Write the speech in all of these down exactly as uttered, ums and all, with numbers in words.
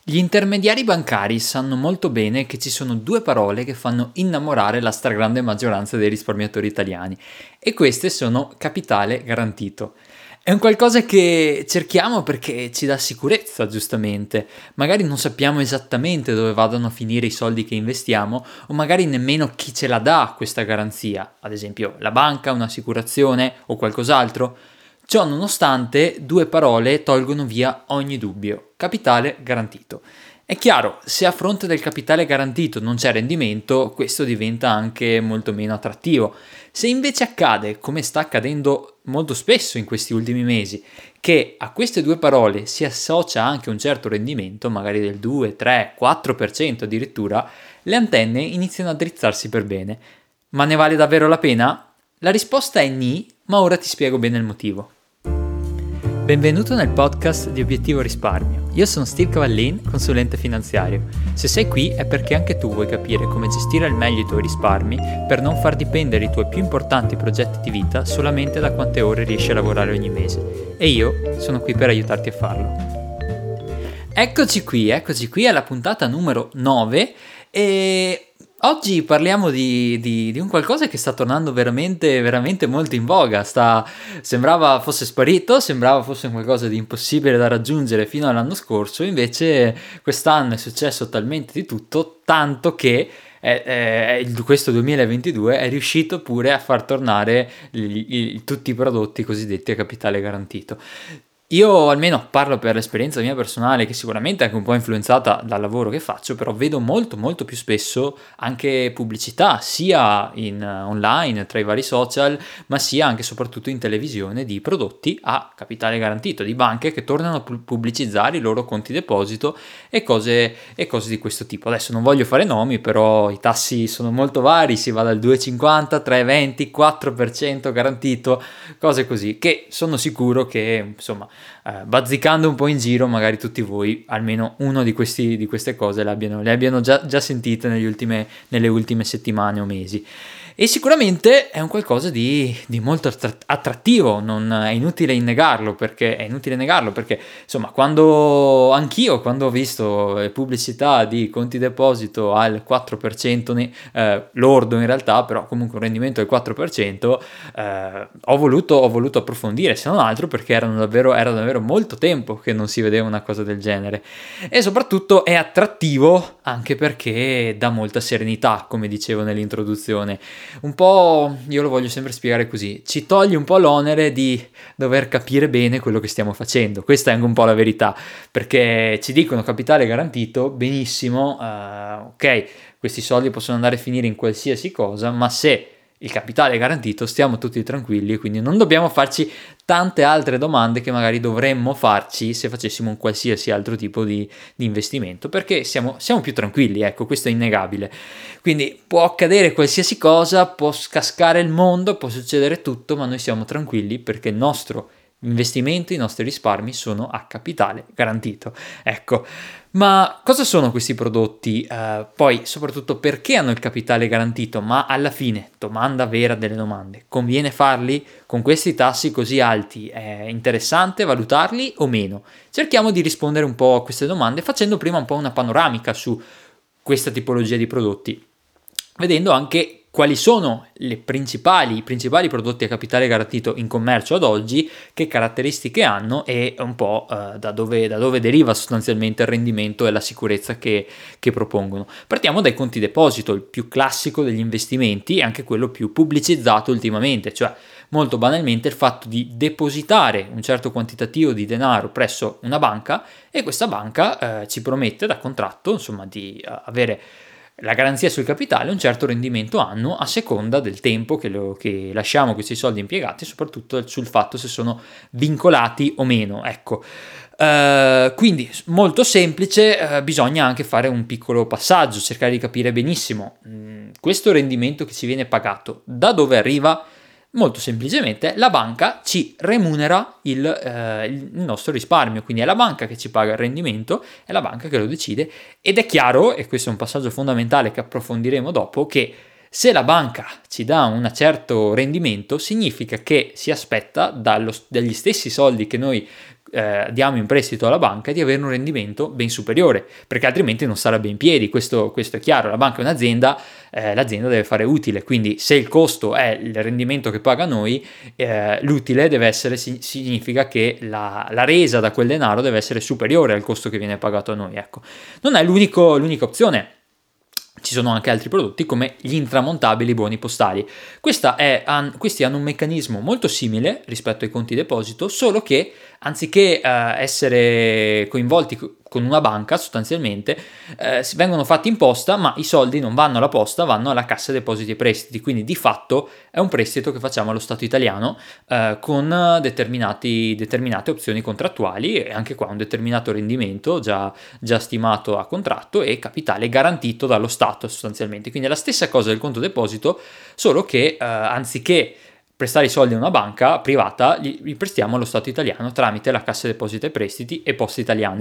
Gli intermediari bancari sanno molto bene che ci sono due parole che fanno innamorare la stragrande maggioranza dei risparmiatori italiani e queste sono capitale garantito. È un qualcosa che cerchiamo perché ci dà sicurezza, giustamente. Magari non sappiamo esattamente dove vadano a finire i soldi che investiamo o magari nemmeno chi ce la dà questa garanzia, ad esempio la banca, un'assicurazione o qualcos'altro. Ciò nonostante, due parole tolgono via ogni dubbio. Capitale garantito. È chiaro, se a fronte del capitale garantito non c'è rendimento, questo diventa anche molto meno attrattivo. Se invece accade, come sta accadendo molto spesso in questi ultimi mesi, che a queste due parole si associa anche un certo rendimento, magari del due, tre, quattro per cento addirittura, le antenne iniziano a drizzarsi per bene. Ma ne vale davvero la pena? La risposta è ni, ma ora ti spiego bene il motivo. Benvenuto nel podcast di Obiettivo Risparmio. Io sono Steve Cavallin, consulente finanziario. Se sei qui è perché anche tu vuoi capire come gestire al meglio i tuoi risparmi per non far dipendere i tuoi più importanti progetti di vita solamente da quante ore riesci a lavorare ogni mese. E io sono qui per aiutarti a farlo. Eccoci qui, eccoci qui alla puntata numero nove e oggi parliamo di, di, di un qualcosa che sta tornando veramente, veramente molto in voga. Sta, sembrava fosse sparito, sembrava fosse un qualcosa di impossibile da raggiungere fino all'anno scorso, invece quest'anno è successo talmente di tutto, tanto che è, è, questo duemilaventidue è riuscito pure a far tornare gli, gli, tutti i prodotti cosiddetti a capitale garantito. Io almeno parlo per l'esperienza mia personale, che sicuramente è anche un po' influenzata dal lavoro che faccio, però vedo molto molto più spesso anche pubblicità, sia in uh, online tra i vari social, ma sia anche e soprattutto in televisione di prodotti a capitale garantito, di banche che tornano a pubblicizzare i loro conti deposito e cose, e cose di questo tipo. Adesso non voglio fare nomi, però i tassi sono molto vari, si va dal due virgola cinquanta, tre virgola venti, quattro per cento garantito, cose così, che sono sicuro che insomma Uh, bazzicando un po' in giro magari tutti voi almeno uno di, questi, di queste cose le abbiano, le abbiano già, già sentite negli ultime, nelle ultime settimane o mesi. E sicuramente è un qualcosa di, di molto attrattivo, non è inutile negarlo, perché è inutile negarlo perché insomma quando anch'io quando ho visto pubblicità di conti deposito al quattro per cento ne, eh, lordo in realtà, però comunque un rendimento del quattro per cento, eh, ho voluto ho voluto approfondire, se non altro perché erano davvero, era davvero molto tempo che non si vedeva una cosa del genere, e soprattutto è attrattivo anche perché dà molta serenità, come dicevo nell'introduzione. Un po', io lo voglio sempre spiegare così, ci toglie un po' l'onere di dover capire bene quello che stiamo facendo. Questa è anche un po' la verità, perché ci dicono capitale garantito, benissimo, uh, ok, questi soldi possono andare a finire in qualsiasi cosa, ma se il capitale è garantito stiamo tutti tranquilli e quindi non dobbiamo farci tante altre domande che magari dovremmo farci se facessimo un qualsiasi altro tipo di, di investimento, perché siamo, siamo più tranquilli, ecco, questo è innegabile. Quindi può accadere qualsiasi cosa, può cascare il mondo, può succedere tutto, ma noi siamo tranquilli perché il nostro investimento, i nostri risparmi sono a capitale garantito. Ecco, ma cosa sono questi prodotti? Uh, poi soprattutto perché hanno il capitale garantito? Ma alla fine, domanda vera delle domande, conviene farli con questi tassi così alti? È interessante valutarli o meno? Cerchiamo di rispondere un po' a queste domande facendo prima un po' una panoramica su questa tipologia di prodotti, vedendo anche quali sono le principali, i principali prodotti a capitale garantito in commercio ad oggi, che caratteristiche hanno e un po' uh, da, dove, da dove deriva sostanzialmente il rendimento e la sicurezza che, che propongono. Partiamo dai conti deposito, il più classico degli investimenti e anche quello più pubblicizzato ultimamente, cioè molto banalmente il fatto di depositare un certo quantitativo di denaro presso una banca e questa banca eh, ci promette da contratto insomma di uh, avere la garanzia sul capitale, un certo rendimento annuo a seconda del tempo che, lo, che lasciamo questi soldi impiegati, soprattutto sul fatto se sono vincolati o meno. Ecco, uh, quindi molto semplice, uh, bisogna anche fare un piccolo passaggio, cercare di capire benissimo mh, questo rendimento che ci viene pagato, da dove arriva. Molto semplicemente la banca ci remunera il, eh, il nostro risparmio, quindi è la banca che ci paga il rendimento, è la banca che lo decide, ed è chiaro, e questo è un passaggio fondamentale che approfondiremo dopo, che se la banca ci dà un certo rendimento significa che si aspetta dallo, dagli stessi soldi che noi eh, diamo in prestito alla banca di avere un rendimento ben superiore, perché altrimenti non sarebbe in piedi. Questo, questo è chiaro. La banca è un'azienda, eh, l'azienda deve fare utile, quindi se il costo è il rendimento che paga noi, eh, l'utile deve essere, significa che la, la resa da quel denaro deve essere superiore al costo che viene pagato a noi. Ecco, non è l'unico, l'unica opzione. Ci sono anche altri prodotti come gli intramontabili buoni postali. Questa è, han, questi hanno un meccanismo molto simile rispetto ai conti deposito, solo che anziché eh, essere coinvolti con una banca sostanzialmente, eh, vengono fatti in posta, ma i soldi non vanno alla posta, vanno alla Cassa Depositi e Prestiti, quindi di fatto è un prestito che facciamo allo Stato italiano eh, con determinati, determinate opzioni contrattuali, e anche qua un determinato rendimento già, già stimato a contratto e capitale garantito dallo Stato sostanzialmente. Quindi è la stessa cosa del conto deposito, solo che eh, anziché prestare i soldi a una banca privata, li, li prestiamo allo Stato italiano tramite la Cassa Depositi e Prestiti e Poste Italiane.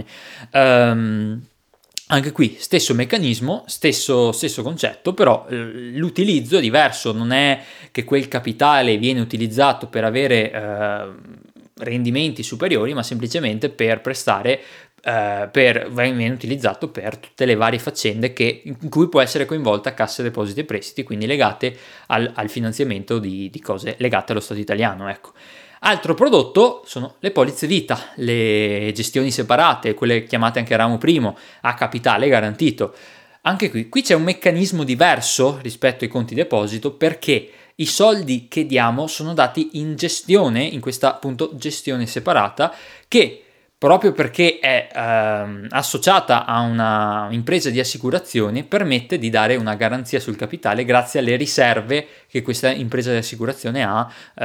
Um, anche qui stesso meccanismo, stesso, stesso concetto, però l'utilizzo è diverso. Non è che quel capitale viene utilizzato per avere eh, rendimenti superiori, ma semplicemente per prestare, Uh, per, viene utilizzato per tutte le varie faccende che, in cui può essere coinvolta Cassa Depositi e Prestiti, quindi legate al, al finanziamento di, di cose legate allo Stato italiano. Ecco. Altro prodotto sono le polizze vita, le gestioni separate, quelle chiamate anche ramo primo, a capitale garantito. Anche qui, qui c'è un meccanismo diverso rispetto ai conti deposito, perché i soldi che diamo sono dati in gestione, in questa appunto gestione separata, che proprio perché è ehm, associata a una impresa di assicurazioni, permette di dare una garanzia sul capitale grazie alle riserve che questa impresa di assicurazione ha, eh,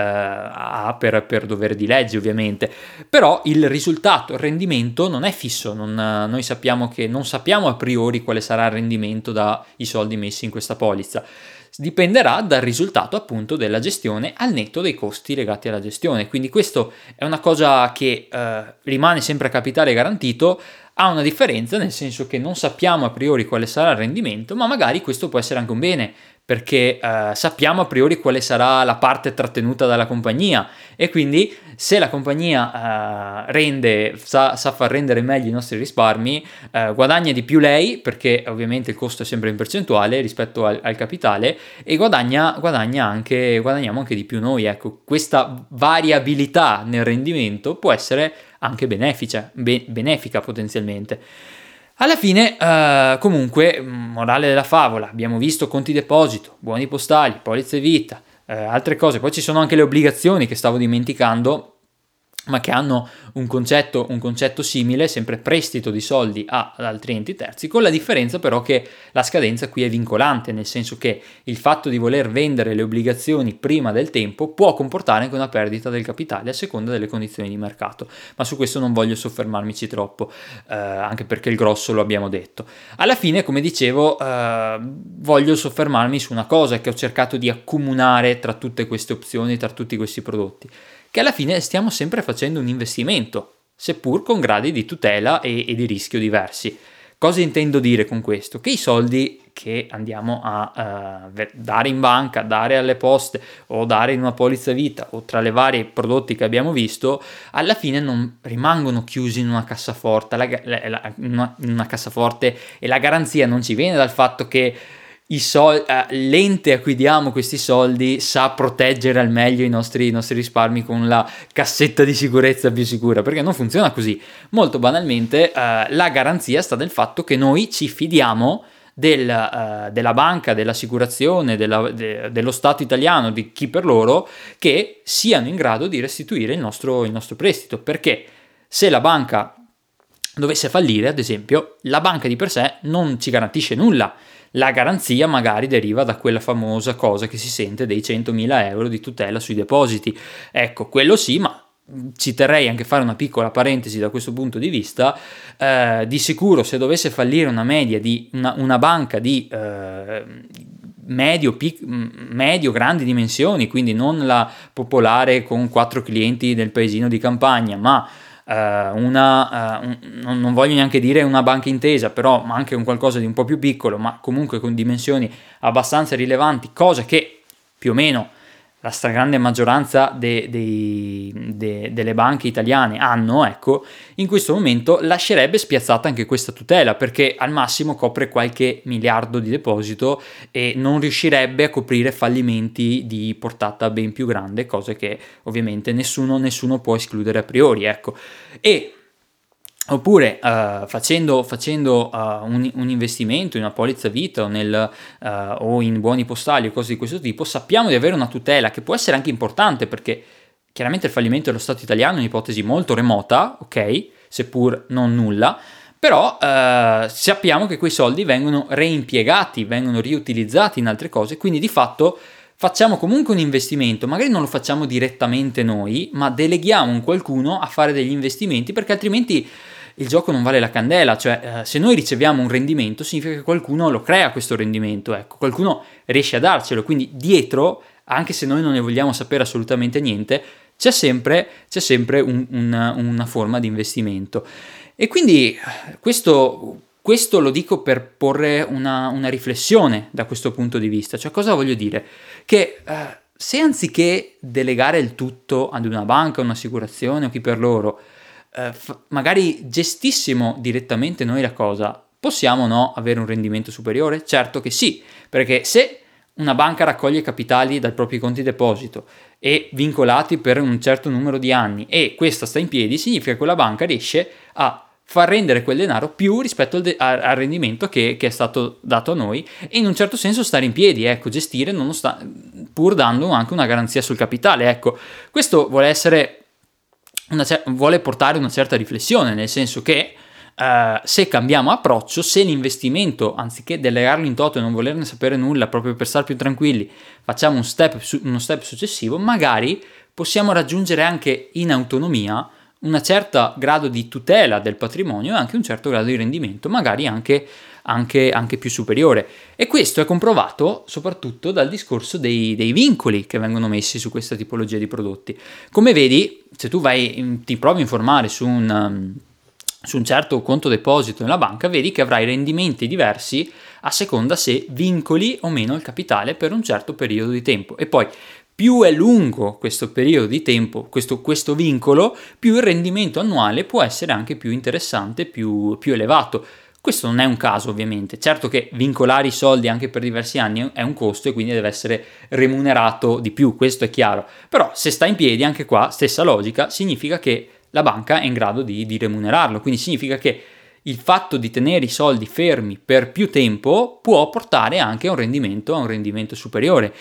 ha per, per dovere di legge, ovviamente. Però il risultato, il rendimento non è fisso. Non, noi sappiamo che non sappiamo a priori quale sarà il rendimento dai soldi messi in questa polizza. Dipenderà dal risultato appunto della gestione al netto dei costi legati alla gestione. Quindi questo è una cosa che eh, rimane sempre a capitale garantito, ha una differenza nel senso che non sappiamo a priori quale sarà il rendimento, ma magari questo può essere anche un bene, perché eh, sappiamo a priori quale sarà la parte trattenuta dalla compagnia, e quindi se la compagnia eh, rende, sa, sa far rendere meglio i nostri risparmi, eh, guadagna di più lei, perché ovviamente il costo è sempre in percentuale rispetto al, al capitale, e guadagna, guadagna anche, guadagniamo anche di più noi. Ecco, questa variabilità nel rendimento può essere anche benefica, be- benefica potenzialmente. Alla fine, eh, comunque, morale della favola, abbiamo visto conti deposito, buoni postali, polizze vita, eh, altre cose. Poi ci sono anche le obbligazioni che stavo dimenticando, ma che hanno un concetto, un concetto simile, sempre prestito di soldi a, ad altri enti terzi, con la differenza però che la scadenza qui è vincolante, nel senso che il fatto di voler vendere le obbligazioni prima del tempo può comportare anche una perdita del capitale a seconda delle condizioni di mercato, ma su questo non voglio soffermarmici troppo, eh, anche perché il grosso lo abbiamo detto. Alla fine, come dicevo, eh, voglio soffermarmi su una cosa che ho cercato di accomunare tra tutte queste opzioni, tra tutti questi prodotti, che alla fine stiamo sempre facendo un investimento, seppur con gradi di tutela e, e di rischio diversi. Cosa intendo dire con questo? Che i soldi che andiamo a uh, dare in banca, dare alle poste o dare in una polizza vita o tra le varie prodotti che abbiamo visto, alla fine non rimangono chiusi in una cassaforte, la, la, la, una, in una cassaforte, e la garanzia non ci viene dal fatto che I sol- uh, l'ente a cui diamo questi soldi sa proteggere al meglio i nostri, i nostri risparmi con la cassetta di sicurezza più sicura, perché non funziona così. Molto banalmente uh, la garanzia sta nel fatto che noi ci fidiamo del, uh, della banca, dell'assicurazione, della, de, dello Stato italiano, di chi per loro, che siano in grado di restituire il nostro, il nostro prestito, perché se la banca dovesse fallire, ad esempio, la banca di per sé non ci garantisce nulla. La garanzia magari deriva da quella famosa cosa che si sente dei centomila euro di tutela sui depositi. Ecco, quello sì, ma ci terrei anche a fare una piccola parentesi da questo punto di vista. Eh, di sicuro, se dovesse fallire una media di una, una banca di eh, medio, pic, medio grandi dimensioni, quindi non la popolare con quattro clienti del paesino di campagna, ma Uh, una, uh, un, non voglio neanche dire una banca intesa, però ma anche un qualcosa di un po' più piccolo, ma comunque con dimensioni abbastanza rilevanti, cosa che più o meno la stragrande maggioranza de, de, de, delle banche italiane hanno, ecco, in questo momento lascerebbe spiazzata anche questa tutela, perché al massimo copre qualche miliardo di deposito e non riuscirebbe a coprire fallimenti di portata ben più grande, cose che ovviamente nessuno, nessuno può escludere a priori, ecco. E oppure uh, facendo, facendo uh, un, un investimento in una polizza vita o, nel, uh, o in buoni postali o cose di questo tipo, sappiamo di avere una tutela che può essere anche importante, perché chiaramente il fallimento dello Stato italiano è un'ipotesi molto remota, ok, seppur non nulla, però uh, sappiamo che quei soldi vengono reimpiegati, vengono riutilizzati in altre cose, quindi di fatto facciamo comunque un investimento, magari non lo facciamo direttamente noi, ma deleghiamo un qualcuno a fare degli investimenti, perché altrimenti il gioco non vale la candela. Cioè eh, se noi riceviamo un rendimento significa che qualcuno lo crea questo rendimento, ecco, qualcuno riesce a darcelo, quindi dietro, anche se noi non ne vogliamo sapere assolutamente niente, c'è sempre, c'è sempre un, un, una forma di investimento. E quindi questo... Questo lo dico per porre una, una riflessione da questo punto di vista. Cioè, cosa voglio dire? Che eh, se anziché delegare il tutto ad una banca, un'assicurazione o chi per loro, eh, f- magari gestissimo direttamente noi la cosa, possiamo no avere un rendimento superiore? Certo che sì, perché se una banca raccoglie capitali dai propri conti deposito e vincolati per un certo numero di anni e questa sta in piedi, significa che quella banca riesce a far rendere quel denaro più rispetto al, de- al rendimento che, che è stato dato a noi, e in un certo senso stare in piedi, ecco, gestire nonost- pur dando anche una garanzia sul capitale, ecco. Questo vuole essere una cer- vuole portare una certa riflessione, nel senso che Uh, se cambiamo approccio, se l'investimento, anziché delegarlo in toto e non volerne sapere nulla proprio per stare più tranquilli, facciamo un step su- uno step successivo, magari possiamo raggiungere anche in autonomia un certo grado di tutela del patrimonio e anche un certo grado di rendimento, magari anche, anche, anche più superiore. E questo è comprovato soprattutto dal discorso dei, dei vincoli che vengono messi su questa tipologia di prodotti. Come vedi, se tu vai, ti provi a informare su un... Um, su un certo conto deposito nella banca, vedi che avrai rendimenti diversi a seconda se vincoli o meno il capitale per un certo periodo di tempo. E poi più è lungo questo periodo di tempo, questo, questo vincolo, più il rendimento annuale può essere anche più interessante, più, più elevato. Questo non è un caso, ovviamente. Certo che vincolare i soldi anche per diversi anni è un costo e quindi deve essere remunerato di più, questo è chiaro. Però se sta in piedi, anche qua, stessa logica, significa che la banca è in grado di, di remunerarlo, quindi significa che il fatto di tenere i soldi fermi per più tempo può portare anche a un rendimento, a un rendimento superiore,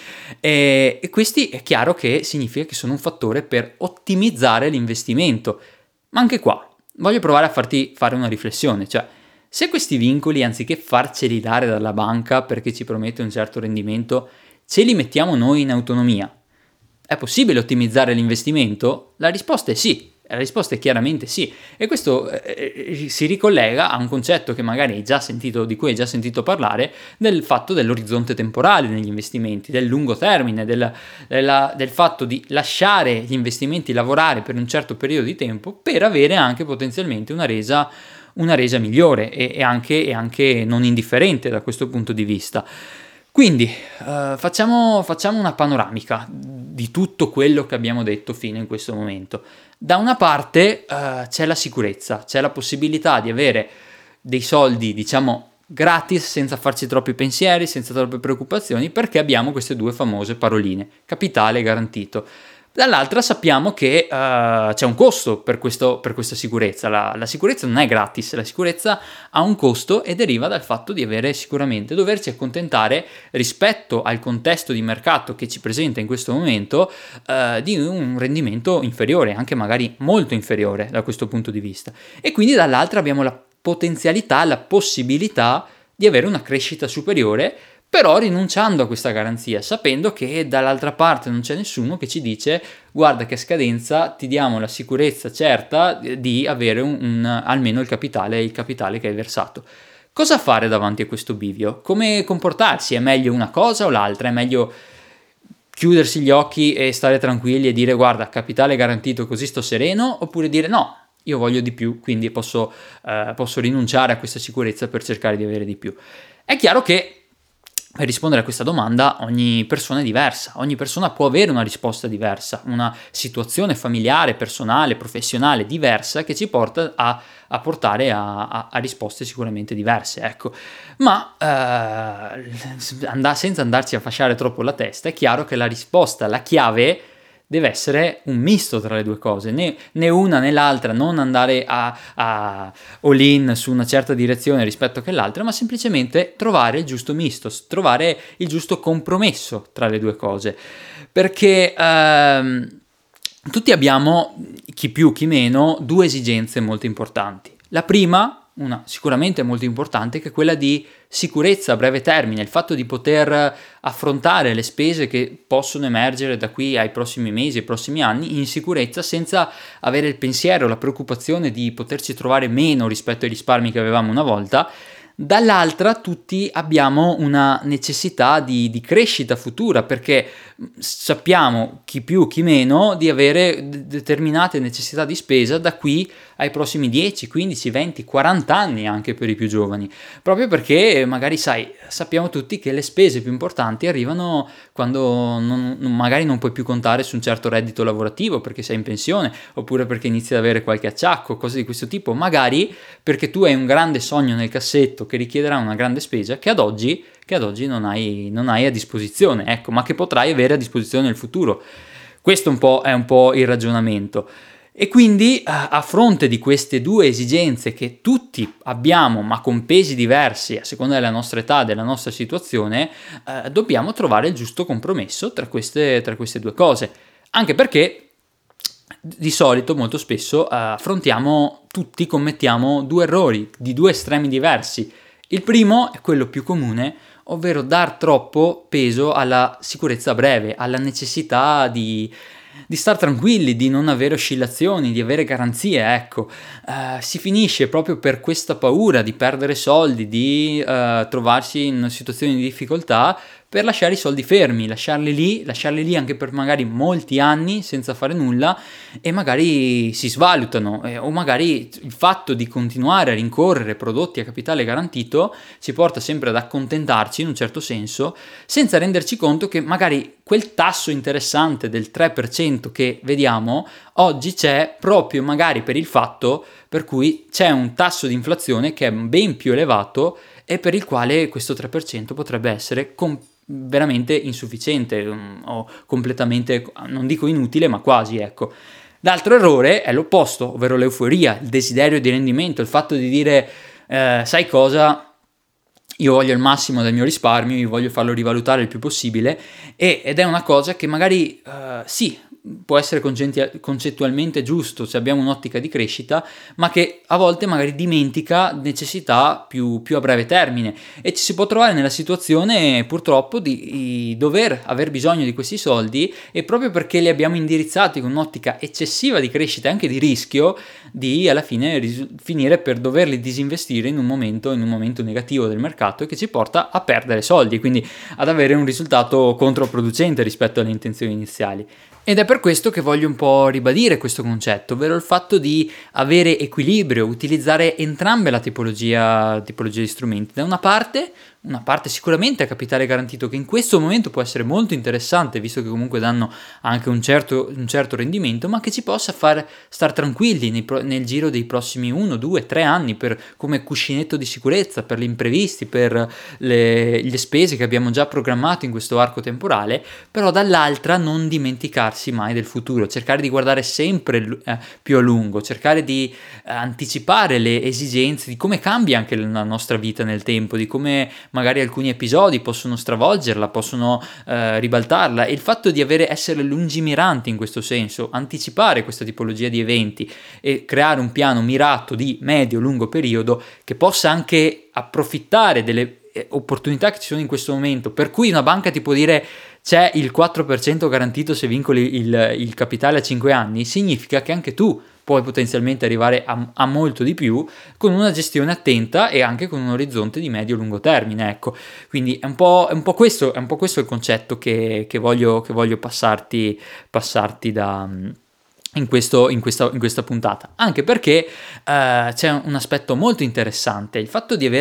e, e questi è chiaro che significa che sono un fattore per ottimizzare l'investimento. Ma anche qua voglio provare a farti fare una riflessione, cioè se questi vincoli, anziché farceli dare dalla banca perché ci promette un certo rendimento, ce li mettiamo noi in autonomia, è possibile ottimizzare l'investimento? La risposta è sì. La risposta è chiaramente sì, e questo eh, si ricollega a un concetto che magari hai già sentito, di cui hai già sentito parlare, del fatto dell'orizzonte temporale negli investimenti, del lungo termine, del, della, del fatto di lasciare gli investimenti lavorare per un certo periodo di tempo per avere anche potenzialmente una resa, una resa migliore e, e, anche, e anche non indifferente da questo punto di vista. Quindi uh, facciamo, facciamo una panoramica di tutto quello che abbiamo detto fino in questo momento. Da una parte uh, c'è la sicurezza, c'è la possibilità di avere dei soldi, diciamo, gratis, senza farci troppi pensieri, senza troppe preoccupazioni, perché abbiamo queste due famose paroline, capitale garantito. Dall'altra sappiamo che uh, c'è un costo per, questo, per questa sicurezza. La, la sicurezza non è gratis, la sicurezza ha un costo e deriva dal fatto di avere sicuramente doverci accontentare rispetto al contesto di mercato che ci presenta in questo momento uh, di un rendimento inferiore, anche magari molto inferiore da questo punto di vista. E quindi dall'altra abbiamo la potenzialità, la possibilità di avere una crescita superiore, però rinunciando a questa garanzia, sapendo che dall'altra parte non c'è nessuno che ci dice guarda che a scadenza ti diamo la sicurezza certa di avere un, un, almeno il capitale, il capitale che hai versato. Cosa fare davanti a questo bivio? Come comportarsi? È meglio una cosa o l'altra? È meglio chiudersi gli occhi e stare tranquilli e dire guarda, capitale garantito così sto sereno, oppure dire no, io voglio di più, quindi posso, eh, posso rinunciare a questa sicurezza per cercare di avere di più? È chiaro che per rispondere a questa domanda ogni persona è diversa, ogni persona può avere una risposta diversa, una situazione familiare, personale, professionale diversa che ci porta a, a portare a, a, a risposte sicuramente diverse, ecco. Ma eh, and- senza andarci a fasciare troppo la testa, è chiaro che la risposta, la chiave deve essere un misto tra le due cose, né, né una né l'altra, non andare a, a all in su una certa direzione rispetto che l'altra, ma semplicemente trovare il giusto misto, trovare il giusto compromesso tra le due cose, perché ehm, tutti abbiamo, chi più chi meno, due esigenze molto importanti. La prima, una sicuramente molto importante, che è quella di sicurezza a breve termine, il fatto di poter affrontare le spese che possono emergere da qui ai prossimi mesi, ai prossimi anni, in sicurezza, senza avere il pensiero, la preoccupazione di poterci trovare meno rispetto ai risparmi che avevamo una volta. Dall'altra tutti abbiamo una necessità di, di crescita futura, perché sappiamo, chi più chi meno, di avere d- determinate necessità di spesa da qui ai prossimi dieci, quindici, venti, quaranta anni, anche per i più giovani, proprio perché magari, sai, sappiamo tutti che le spese più importanti arrivano quando non, magari non puoi più contare su un certo reddito lavorativo perché sei in pensione, oppure perché inizi ad avere qualche acciacco, cose di questo tipo, magari perché tu hai un grande sogno nel cassetto che richiederà una grande spesa che ad oggi, che ad oggi non hai, non hai a disposizione, ecco, ma che potrai avere a disposizione nel futuro. Questo un po' è un po' il ragionamento. E quindi a fronte di queste due esigenze che tutti abbiamo, ma con pesi diversi a seconda della nostra età, della nostra situazione, eh, dobbiamo trovare il giusto compromesso tra queste, tra queste due cose. Anche perché di solito, molto spesso, eh, affrontiamo, tutti commettiamo due errori di due estremi diversi. Il primo è quello più comune, ovvero dar troppo peso alla sicurezza breve, alla necessità di, di star tranquilli, di non avere oscillazioni, di avere garanzie, ecco. Uh, si finisce proprio per questa paura di perdere soldi, di uh, trovarsi in una situazione di difficoltà, per lasciare i soldi fermi, lasciarli lì, lasciarli lì anche per magari molti anni senza fare nulla, e magari si svalutano, eh, o magari il fatto di continuare a rincorrere prodotti a capitale garantito ci porta sempre ad accontentarci in un certo senso, senza renderci conto che magari quel tasso interessante del tre per cento che vediamo oggi c'è proprio magari per il fatto per cui c'è un tasso di inflazione che è ben più elevato e per il quale questo tre per cento potrebbe essere completamente veramente insufficiente um, o completamente, non dico inutile, ma quasi, ecco. L'altro errore è l'opposto, ovvero l'euforia, il desiderio di rendimento, il fatto di dire eh, sai cosa, io voglio il massimo del mio risparmio, io voglio farlo rivalutare il più possibile, e, ed è una cosa che magari uh, sì, può essere concettualmente giusto se abbiamo un'ottica di crescita, ma che a volte magari dimentica necessità più, più a breve termine, e ci si può trovare nella situazione purtroppo di, di dover aver bisogno di questi soldi, e proprio perché li abbiamo indirizzati con un'ottica eccessiva di crescita e anche di rischio, di alla fine ris- finire per doverli disinvestire in un momento, in un momento negativo del mercato, che ci porta a perdere soldi e quindi ad avere un risultato controproducente rispetto alle intenzioni iniziali. Ed è per questo che voglio un po' ribadire questo concetto, ovvero il fatto di avere equilibrio, utilizzare entrambe la tipologia, tipologia di strumenti. Da una parte, una parte sicuramente a capitale garantito, che in questo momento può essere molto interessante, visto che comunque danno anche un certo, un certo rendimento, ma che ci possa far star tranquilli nei, nel giro dei prossimi uno, due, tre anni, per, come cuscinetto di sicurezza, per gli imprevisti, per le, le spese che abbiamo già programmato in questo arco temporale, però dall'altra non dimenticarsi mai del futuro, cercare di guardare sempre eh, più a lungo, cercare di eh, anticipare le esigenze, di come cambia anche la nostra vita nel tempo, di come magari alcuni episodi possono stravolgerla, possono eh, ribaltarla, e il fatto di avere essere lungimiranti in questo senso, anticipare questa tipologia di eventi e creare un piano mirato di medio-lungo periodo che possa anche approfittare delle opportunità che ci sono in questo momento, per cui una banca ti può dire c'è il quattro per cento garantito se vincoli il, il capitale a cinque anni, significa che anche tu puoi potenzialmente arrivare a, a molto di più con una gestione attenta e anche con un orizzonte di medio-lungo termine, ecco. Quindi è un po', è un po' questo, è un po' questo il concetto che, che voglio, che voglio passarti, passarti da... In, questo, in, questa, in questa puntata, anche perché uh, c'è un aspetto molto interessante, il fatto di avere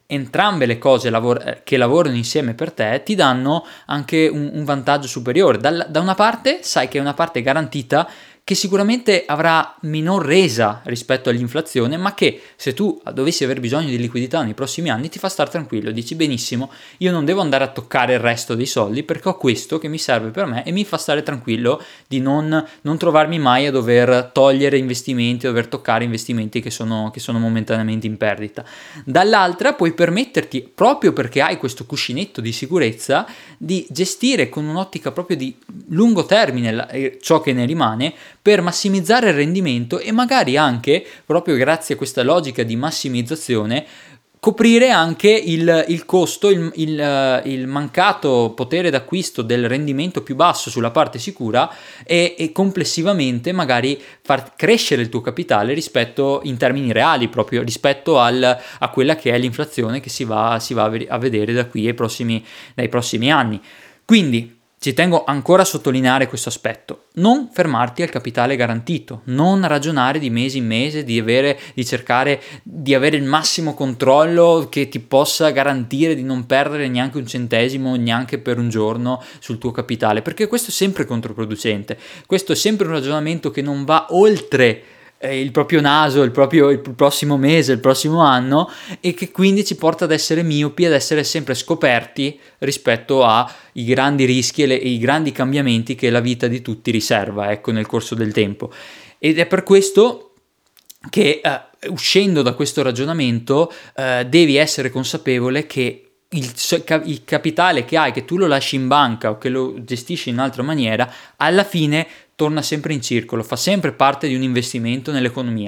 entrambe le cose lavor- che lavorano insieme per te ti danno anche un, un vantaggio superiore. Dal, da una parte sai che è una parte garantita che sicuramente avrà minor resa rispetto all'inflazione, ma che se tu dovessi aver bisogno di liquidità nei prossimi anni ti fa stare tranquillo, dici benissimo, io non devo andare a toccare il resto dei soldi perché ho questo che mi serve per me e mi fa stare tranquillo di non, non trovarmi mai a dover togliere investimenti, a dover toccare investimenti che sono, che sono momentaneamente in perdita. Dall'altra puoi permetterti, proprio perché hai questo cuscinetto di sicurezza, di gestire con un'ottica proprio di lungo termine ciò che ne rimane, per massimizzare il rendimento e magari anche, proprio grazie a questa logica di massimizzazione, coprire anche il, il costo, il, il, il mancato potere d'acquisto del rendimento più basso sulla parte sicura e, e complessivamente magari far crescere il tuo capitale rispetto, in termini reali, proprio rispetto al, a quella che è l'inflazione che si va, si va a vedere da qui ai prossimi, dai prossimi anni. Quindi ci tengo ancora a sottolineare questo aspetto: non fermarti al capitale garantito, non ragionare di mese in mese di avere, di cercare di avere il massimo controllo che ti possa garantire di non perdere neanche un centesimo, neanche per un giorno sul tuo capitale, perché questo è sempre controproducente. Questo è sempre un ragionamento che non va oltre il proprio naso, il proprio il prossimo mese, il prossimo anno, e che quindi ci porta ad essere miopi, ad essere sempre scoperti rispetto ai grandi rischi e, le, e i grandi cambiamenti che la vita di tutti riserva, ecco, nel corso del tempo. Ed è per questo che eh, uscendo da questo ragionamento eh, devi essere consapevole che il, il capitale che hai, che tu lo lasci in banca o che lo gestisci in altra maniera, alla fine torna sempre in circolo, fa sempre parte di un investimento nell'economia,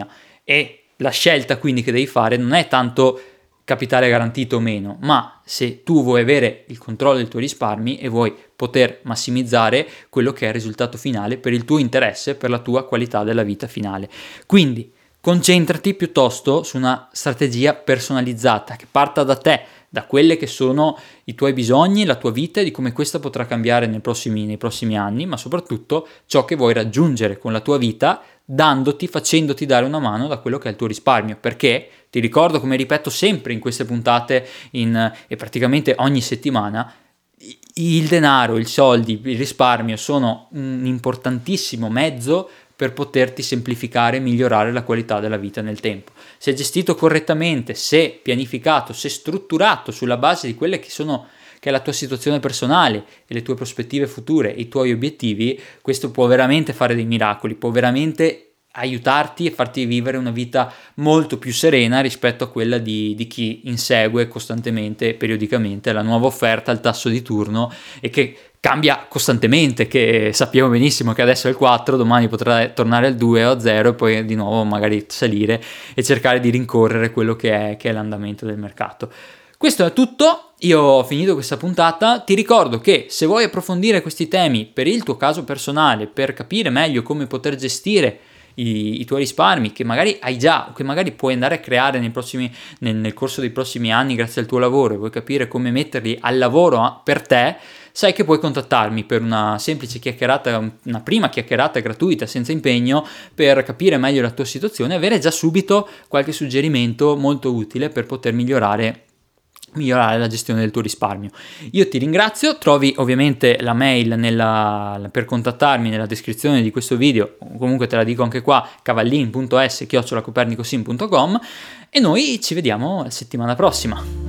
e la scelta quindi che devi fare non è tanto capitale garantito o meno, ma se tu vuoi avere il controllo dei tuoi risparmi e vuoi poter massimizzare quello che è il risultato finale per il tuo interesse, per la tua qualità della vita finale. Quindi concentrati piuttosto su una strategia personalizzata che parta da te, da quelle che sono i tuoi bisogni, la tua vita e di come questa potrà cambiare nei prossimi, nei prossimi anni, ma soprattutto ciò che vuoi raggiungere con la tua vita, dandoti, facendoti dare una mano da quello che è il tuo risparmio. Perché ti ricordo, come ripeto sempre in queste puntate in, e praticamente ogni settimana, il denaro, i soldi, il risparmio sono un importantissimo mezzo per poterti semplificare e migliorare la qualità della vita nel tempo. Se gestito correttamente, se pianificato, se strutturato sulla base di quelle che sono che è la tua situazione personale e le tue prospettive future e i tuoi obiettivi, questo può veramente fare dei miracoli, può veramente aiutarti e farti vivere una vita molto più serena rispetto a quella di, di chi insegue costantemente e periodicamente la nuova offerta al tasso di turno e che cambia costantemente, che sappiamo benissimo che adesso è il quattro, domani potrà tornare al due o a zero e poi di nuovo magari salire e cercare di rincorrere quello che è, che è l'andamento del mercato. Questo è tutto, io ho finito questa puntata. Ti ricordo che se vuoi approfondire questi temi per il tuo caso personale, per capire meglio come poter gestire I, i tuoi risparmi che magari hai già o che magari puoi andare a creare nei prossimi, nel, nel corso dei prossimi anni grazie al tuo lavoro, e vuoi capire come metterli al lavoro per te, sai che puoi contattarmi per una semplice chiacchierata, una prima chiacchierata gratuita senza impegno, per capire meglio la tua situazione e avere già subito qualche suggerimento molto utile per poter migliorare migliorare la gestione del tuo risparmio. Io ti ringrazio, trovi ovviamente la mail nella, per contattarmi nella descrizione di questo video, comunque te la dico anche qua, cavallin punto s chiocciola copernicosim punto com, e noi ci vediamo la settimana prossima.